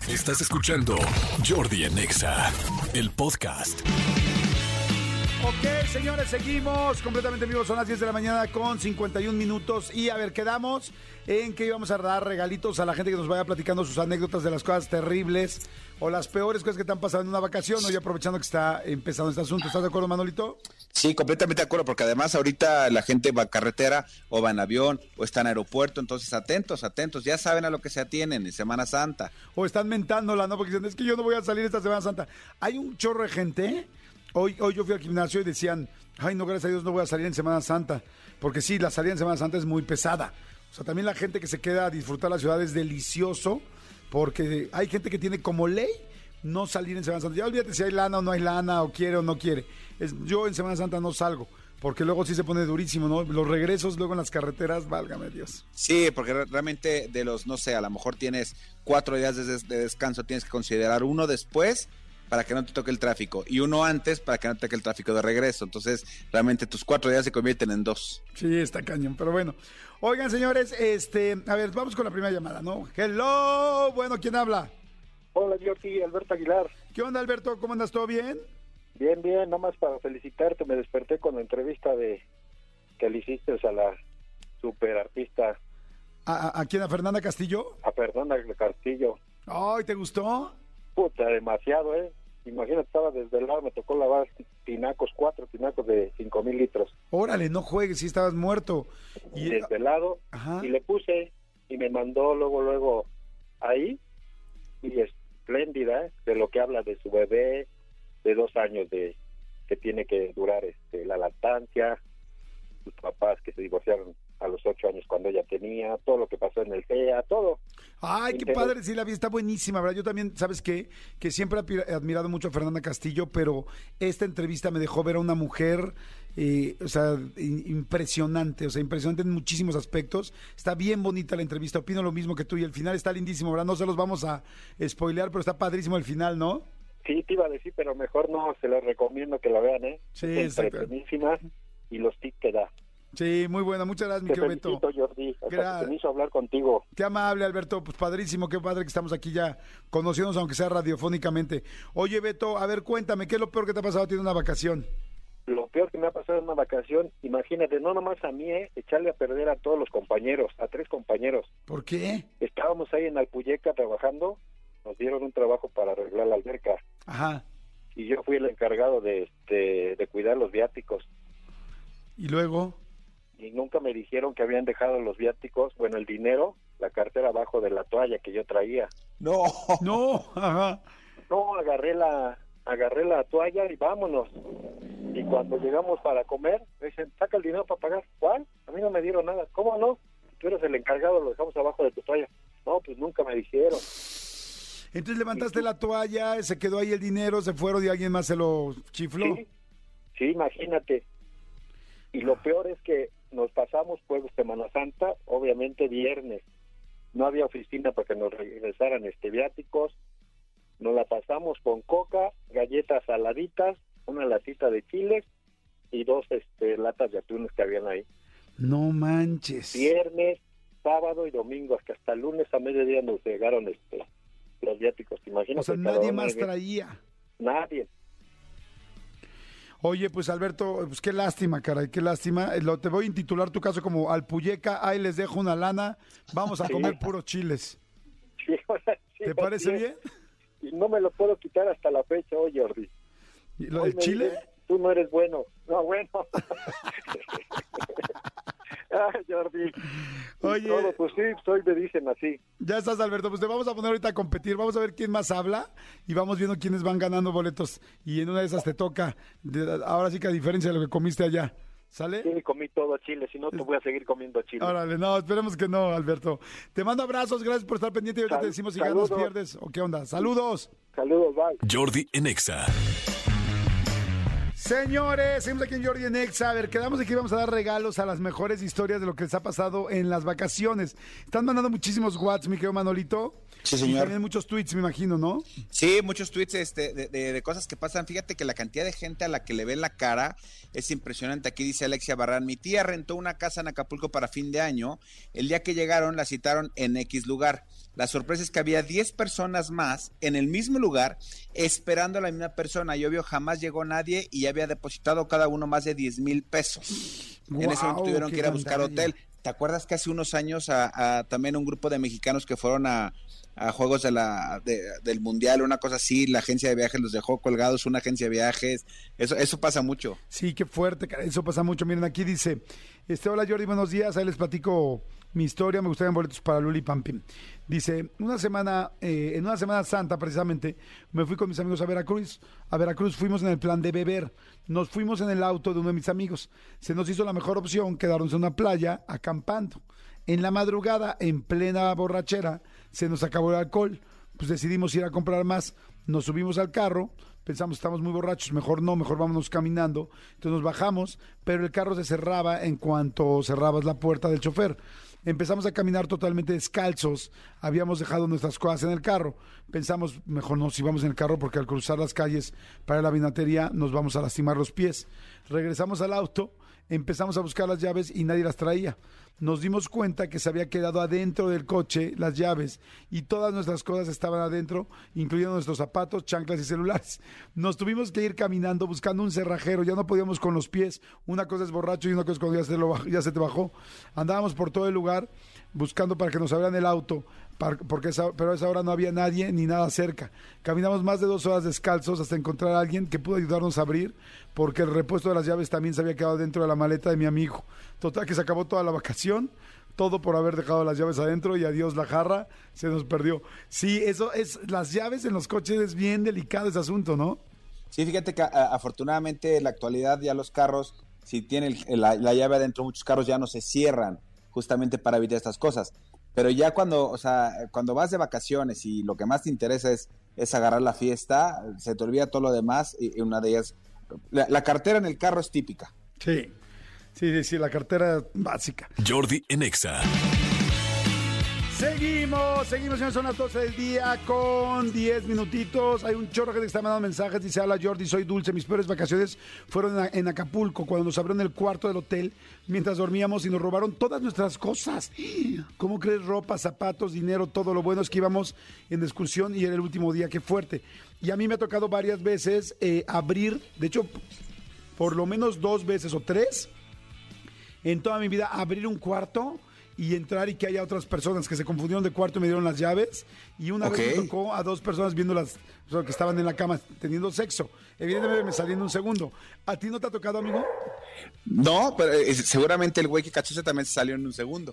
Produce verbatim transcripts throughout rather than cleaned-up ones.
Estás escuchando Jordi en Exa, el podcast. Ok, señores, seguimos completamente vivos. Son las diez de la mañana con cincuenta y un minutos. Y a ver, quedamos en que íbamos a dar regalitos a la gente que nos vaya platicando sus anécdotas de las cosas terribles o las peores cosas que te han pasado en una vacación. Hoy aprovechando que está empezando este asunto. ¿Estás de acuerdo, Manolito? Sí, completamente de acuerdo, porque además ahorita la gente va a carretera o va en avión o está en aeropuerto, entonces atentos, atentos, ya saben a lo que se atienen en Semana Santa. O están mentándola, ¿no? Porque dicen, es que yo no voy a salir esta Semana Santa. Hay un chorro de gente. Hoy, hoy yo fui al gimnasio y decían, ay, no, gracias a Dios no voy a salir en Semana Santa. Porque sí, la salida en Semana Santa es muy pesada. O sea, también la gente que se queda a disfrutar la ciudad es delicioso, porque hay gente que tiene como ley no salir en Semana Santa. Ya olvídate si hay lana o no hay lana, o quiere o no quiere. Es, yo en Semana Santa no salgo, porque luego sí se pone durísimo, ¿no? Los regresos luego en las carreteras, válgame Dios. Sí, porque realmente de los, no sé, a lo mejor tienes cuatro días de, des- de descanso, tienes que considerar uno después para que no te toque el tráfico y uno antes para que no te toque el tráfico de regreso. Entonces, realmente tus cuatro días se convierten en dos. Sí, está cañón, pero bueno. Oigan, señores, este, a ver, vamos con la primera llamada, ¿no? Hello, bueno, ¿quién habla? Hola, Jordi, Alberto Aguilar. ¿Qué onda, Alberto? ¿Cómo andas? ¿Todo bien? Bien, bien, nomás para felicitarte, me desperté con la entrevista de que le hiciste a la super artista, ¿A, a, a quién? ¿A Fernanda Castillo? a Fernanda Castillo. Ay, ¿te gustó? Puta, demasiado, ¿eh? Imagínate, estaba desde el lado, me tocó lavar tinacos, cuatro tinacos de cinco mil litros. Órale, no juegues, si estabas muerto. Y, Desde el lado, ajá. y le puse, y me mandó luego, luego, ahí, y espléndida, ¿eh? De lo que habla de su bebé, de dos años de que tiene que durar este la lactancia, sus papás que se divorciaron a los ocho años cuando ella tenía, todo lo que pasó en el T E A, todo. Ay, qué Interés. padre, sí, la vi, está buenísima, ¿verdad? Yo también, ¿sabes qué? Que siempre he admirado mucho a Fernanda Castillo, pero esta entrevista me dejó ver a una mujer, eh, o sea, in- impresionante, o sea, impresionante en muchísimos aspectos. Está bien bonita la entrevista, opino lo mismo que tú, y el final está lindísimo, ¿verdad? No se los vamos a spoilear, pero está padrísimo el final, ¿no? Sí, te iba a decir, pero mejor no, se los recomiendo que la vean, ¿eh? Sí, Es exacto. entretenidísima y los tips que da. Sí, muy buena, muchas gracias, mi Te querido felicito, Beto. Jordi, hasta Gra- que se me hizo hablar contigo. Qué amable, Alberto, pues padrísimo, qué padre que estamos aquí ya conociéndonos, aunque sea radiofónicamente. Oye, Beto, a ver, cuéntame, ¿qué es lo peor que te ha pasado a ti en una vacación? Lo peor que me ha pasado en una vacación, imagínate, no nomás a mí, ¿eh? Echarle a perder a todos los compañeros, a tres compañeros. ¿Por qué? Estábamos ahí en Alpuyeca trabajando, nos dieron un trabajo para arreglar la alberca Ajá, y yo fui el encargado de, este, de cuidar los viáticos y luego... y nunca me dijeron que habían dejado los viáticos, bueno, el dinero, la cartera abajo de la toalla que yo traía. No. No, ajá. No, agarré la agarré la toalla y vámonos. Y cuando llegamos para comer, me dicen, saca el dinero para pagar. ¿Cuál? A mí no me dieron nada. ¿Cómo no? Tú eres el encargado, lo dejamos abajo de tu toalla. No, pues nunca me dijeron. Entonces levantaste la toalla, se quedó ahí el dinero, se fueron y alguien más se lo chifló. Sí, sí, imagínate. Y lo peor es que nos pasamos pues Semana Santa, obviamente viernes. No había oficina para que nos regresaran este viáticos. Nos la pasamos con coca, galletas saladitas, una latita de chiles y dos este latas de atunes que habían ahí. No manches. Viernes, sábado y domingo, hasta hasta el lunes a mediodía nos llegaron este los viáticos. ¿Te imaginas? O sea, que cada nadie uno más llegue? traía. Nadie. Oye, pues Alberto, pues qué lástima, caray, qué lástima. Eh, Lo, te voy a intitular tu caso como Alpuyeca, ahí les dejo una lana, vamos a Sí. comer puros chiles. Sí, ahora sí, ¿Te parece así bien? es. Y no me lo puedo quitar hasta la fecha, oye, Jordi. ¿Y ¿Lo Hoy del me chile? dicen, tú no eres bueno. No, bueno. Ay, Jordi. Oye. Todo, pues sí, soy, me dicen así. Ya estás, Alberto, pues te vamos a poner ahorita a competir, vamos a ver quién más habla y vamos viendo quiénes van ganando boletos y en una de esas te toca, de- ahora sí que a diferencia de lo que comiste allá, ¿sale? Sí, comí todo chile, si no te voy a seguir comiendo chile. Órale, no, esperemos que no, Alberto. Te mando abrazos, gracias por estar pendiente y ahorita Sal- te decimos si saludos. ganas, pierdes o qué onda. Saludos. Saludos, bye. Jordi en Exa. Señores, seguimos aquí en Jordi en Exa. A ver, quedamos de que íbamos a dar regalos a las mejores historias de lo que les ha pasado en las vacaciones. Están mandando muchísimos WhatsApp, mi querido Manolito. Sí, Y señor. también muchos tweets, me imagino, ¿no? Sí, muchos tweets este, de, de- de cosas que pasan. Fíjate que la cantidad de gente a la que le ven la cara es impresionante. Aquí dice Alexia Barran, mi tía rentó una casa en Acapulco para fin de año. El día que llegaron la citaron en X lugar. La sorpresa es que había diez personas más en el mismo lugar esperando a la misma persona. Y obvio, jamás llegó nadie y ya había depositado cada uno más de diez mil pesos. Wow, en ese momento tuvieron que ir a buscar gandalla. hotel. ¿Te acuerdas que hace unos años a, a también un grupo de mexicanos que fueron a, a juegos de la de, del mundial, una cosa así, la agencia de viajes los dejó colgados, una agencia de viajes? Eso eso pasa mucho. Sí, qué fuerte, cara, eso pasa mucho. Miren, aquí dice, este, hola Jordi, buenos días, ahí les platico mi historia, me gustarían boletos para Luli Pampín. Dice, una semana, eh, en una Semana Santa precisamente, me fui con mis amigos a Veracruz. A Veracruz fuimos en el plan de beber. Nos fuimos en el auto de uno de mis amigos. Se nos hizo la mejor opción quedarnos en una playa acampando. En la madrugada, en plena borrachera, se nos acabó el alcohol. Pues decidimos ir a comprar más. Nos subimos al carro. Pensamos, estamos muy borrachos, mejor no, mejor vámonos caminando. Entonces nos bajamos, pero el carro se cerraba en cuanto cerrabas la puerta del chofer. Empezamos a caminar totalmente descalzos, habíamos dejado nuestras cosas en el carro. Pensamos, mejor nos íbamos en el carro porque al cruzar las calles para la vinatería nos vamos a lastimar los pies. Regresamos al auto, empezamos a buscar las llaves y nadie las traía. Nos dimos cuenta que se había quedado adentro del coche las llaves y todas nuestras cosas estaban adentro, incluyendo nuestros zapatos, chanclas y celulares. Nos tuvimos que ir caminando buscando un cerrajero, ya no podíamos con los pies. Una cosa es borracho y una cosa es cuando ya se, lo bajó, ya se te bajó. Andábamos por todo el lugar buscando para que nos abrieran el auto, para, porque esa, pero a esa hora no había nadie ni nada cerca. Caminamos más de dos horas descalzos hasta encontrar a alguien que pudo ayudarnos a abrir, porque el repuesto de las llaves también se había quedado dentro de la maleta de mi amigo. Total que se acabó toda la vacación, todo por haber dejado las llaves adentro y adiós la jarra, se nos perdió. Sí, eso es, las llaves en los coches es bien delicado ese asunto, ¿no? Sí, fíjate que a, afortunadamente en la actualidad ya los carros, si tienen el, la, la llave adentro, muchos carros ya no se cierran justamente para evitar estas cosas. Pero ya cuando, o sea, cuando vas de vacaciones y lo que más te interesa es, es agarrar la fiesta, se te olvida todo lo demás y, y una de ellas, la, la cartera en el carro es típica. Sí, sí, sí, la cartera básica. Jordi en Exa. Seguimos, seguimos, señores, son las doce del día con diez minutitos. Hay un chorro que te está mandando mensajes. Dice, hola Jordi, soy Dulce. Mis peores vacaciones fueron en, en Acapulco, cuando nos abrieron el cuarto del hotel mientras dormíamos y nos robaron todas nuestras cosas. ¿Cómo crees? Ropa, zapatos, dinero, todo. Lo bueno es que íbamos en excursión y era el último día. Qué fuerte. Y a mí me ha tocado varias veces eh, abrir, de hecho, por lo menos dos veces o tres en toda mi vida, abrir un cuarto y entrar y que haya otras personas que se confundieron de cuarto y me dieron las llaves. Y una Okay. vez me tocó a dos personas viendo las, o sea, que estaban en la cama teniendo sexo. Evidentemente me salí en un segundo. ¿A ti no te ha tocado, amigo? No, pero eh, seguramente el güey que cachó ese también se salió en un segundo.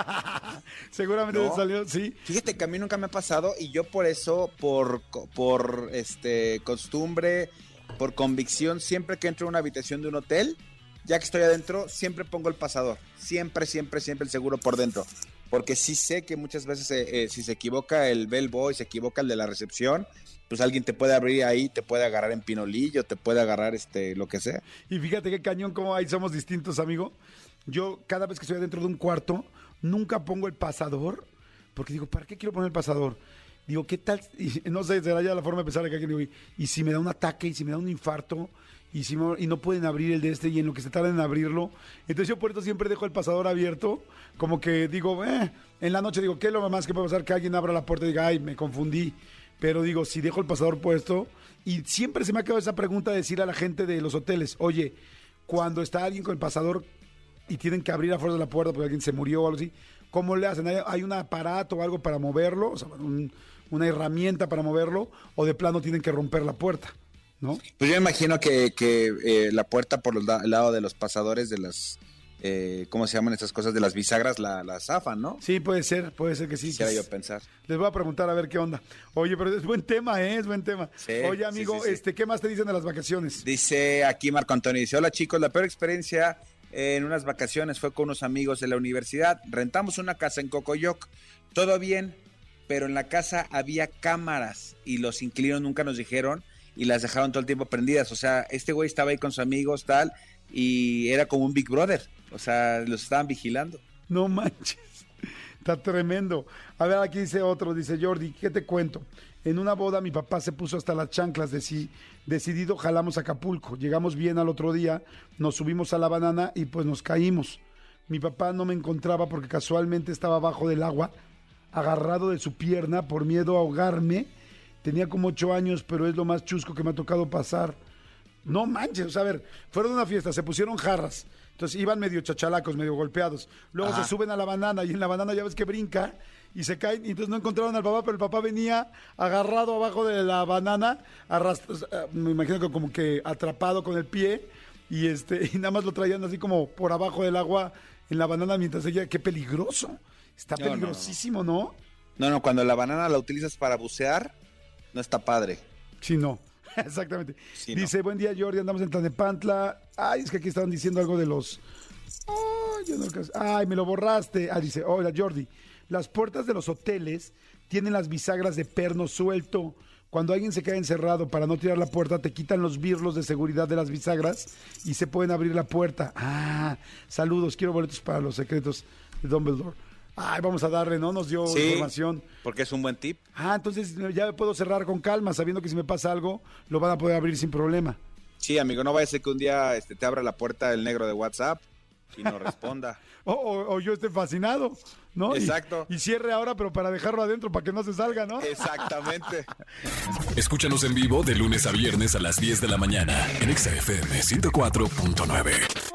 Seguramente No. te salió, sí. Fíjate que a mí nunca me ha pasado y yo por eso, por, por este costumbre, por convicción, siempre que entro a una habitación de un hotel, ya que estoy adentro, siempre pongo el pasador. Siempre, siempre, siempre el seguro por dentro. Porque sí sé que muchas veces eh, eh, si se equivoca el bellboy, se equivoca el de la recepción, pues alguien te puede abrir ahí, te puede agarrar en pinolillo, te puede agarrar este lo que sea. Y fíjate qué cañón, como ahí somos distintos, amigo. Yo, cada vez que estoy adentro de un cuarto, nunca pongo el pasador, porque digo, ¿para qué quiero poner el pasador? Digo, ¿qué tal? Y no sé, será ya la forma de pensar de que alguien, digo, y, y si me da un ataque, y si me da un infarto, y si me- y no pueden abrir el de este, y en lo que se tardan en abrirlo. Entonces yo por eso siempre dejo el pasador abierto, como que digo, eh, en la noche digo, ¿qué es lo más que puede pasar? Que alguien abra la puerta y diga, ay, me confundí. Pero digo, si dejo el pasador puesto, y siempre se me ha quedado esa pregunta de decir a la gente de los hoteles, oye, cuando está alguien con el pasador y tienen que abrir a fuerza la puerta porque alguien se murió o algo así, ¿cómo le hacen? ¿Hay, hay un aparato o algo para moverlo? O sea, un- una herramienta para moverlo, o de plano tienen que romper la puerta, ¿no? Pues yo imagino que, que eh, la puerta por los la- el lado de los pasadores de las, eh, ¿cómo se llaman estas cosas? De las bisagras, la, la zafan, ¿no? Sí, puede ser, puede ser que sí. Quisiera que yo s- pensar. Les voy a preguntar a ver qué onda. Oye, pero es buen tema, ¿eh? Es buen tema. Sí, Oye, amigo, sí, sí, sí. este, ¿qué más te dicen de las vacaciones? Dice aquí Marco Antonio, dice, hola chicos, la peor experiencia en unas vacaciones fue con unos amigos de la universidad. Rentamos una casa en Cocoyoc, todo bien, pero en la casa había cámaras y los inquilinos nunca nos dijeron y las dejaron todo el tiempo prendidas. O sea, este güey estaba ahí con sus amigos, tal, y era como un Big Brother. O sea, los estaban vigilando. No manches, está tremendo. A ver, aquí dice otro, dice Jordi, ¿qué te cuento? En una boda mi papá se puso hasta las chanclas, deci- decidido jalamos a Acapulco. Llegamos bien al otro día, nos subimos a la banana y pues nos caímos. Mi papá no me encontraba porque casualmente estaba abajo del agua agarrado de su pierna por miedo a ahogarme. Tenía como ocho años, pero es lo más chusco que me ha tocado pasar. No manches, o sea, a ver, fueron a una fiesta, se pusieron jarras. Entonces iban medio chachalacos, medio golpeados. Luego Ajá. se suben a la banana y en la banana ya ves que brinca y se caen. Y entonces no encontraron al papá, pero el papá venía agarrado abajo de la banana, arrastra- me imagino que como que atrapado con el pie. Y este y nada más lo traían así como por abajo del agua en la banana mientras seguía. ¡Qué peligroso! Está No, no, no. peligrosísimo, ¿no? No, no, cuando la banana la utilizas para bucear, no está padre. Sí, no. Exactamente. Sí, Dice, no. buen día, Jordi, andamos en Tlanepantla. Ay, es que aquí estaban diciendo algo de los... Ay, yo no alcanzo- Ay, me lo borraste. Ah, dice, hola, Jordi. Las puertas de los hoteles tienen las bisagras de perno suelto. Cuando alguien se queda encerrado para no tirar la puerta, te quitan los birlos de seguridad de las bisagras y se pueden abrir la puerta. Ah, saludos, quiero boletos para los secretos de Dumbledore. Ay, vamos a darle, ¿no? Nos dio Sí, información. porque es un buen tip. Ah, entonces ya me puedo cerrar con calma, sabiendo que si me pasa algo, lo van a poder abrir sin problema. Sí, amigo, no vaya a ser que un día este, te abra la puerta el negro de WhatsApp y no responda. O, o- o yo esté fascinado, ¿no? Y- Exacto. Y, cierre ahora, pero para dejarlo adentro, para que no se salga, ¿no? Exactamente. Escúchanos en vivo de lunes a viernes a las diez de la mañana en Exa F M ciento cuatro punto nueve.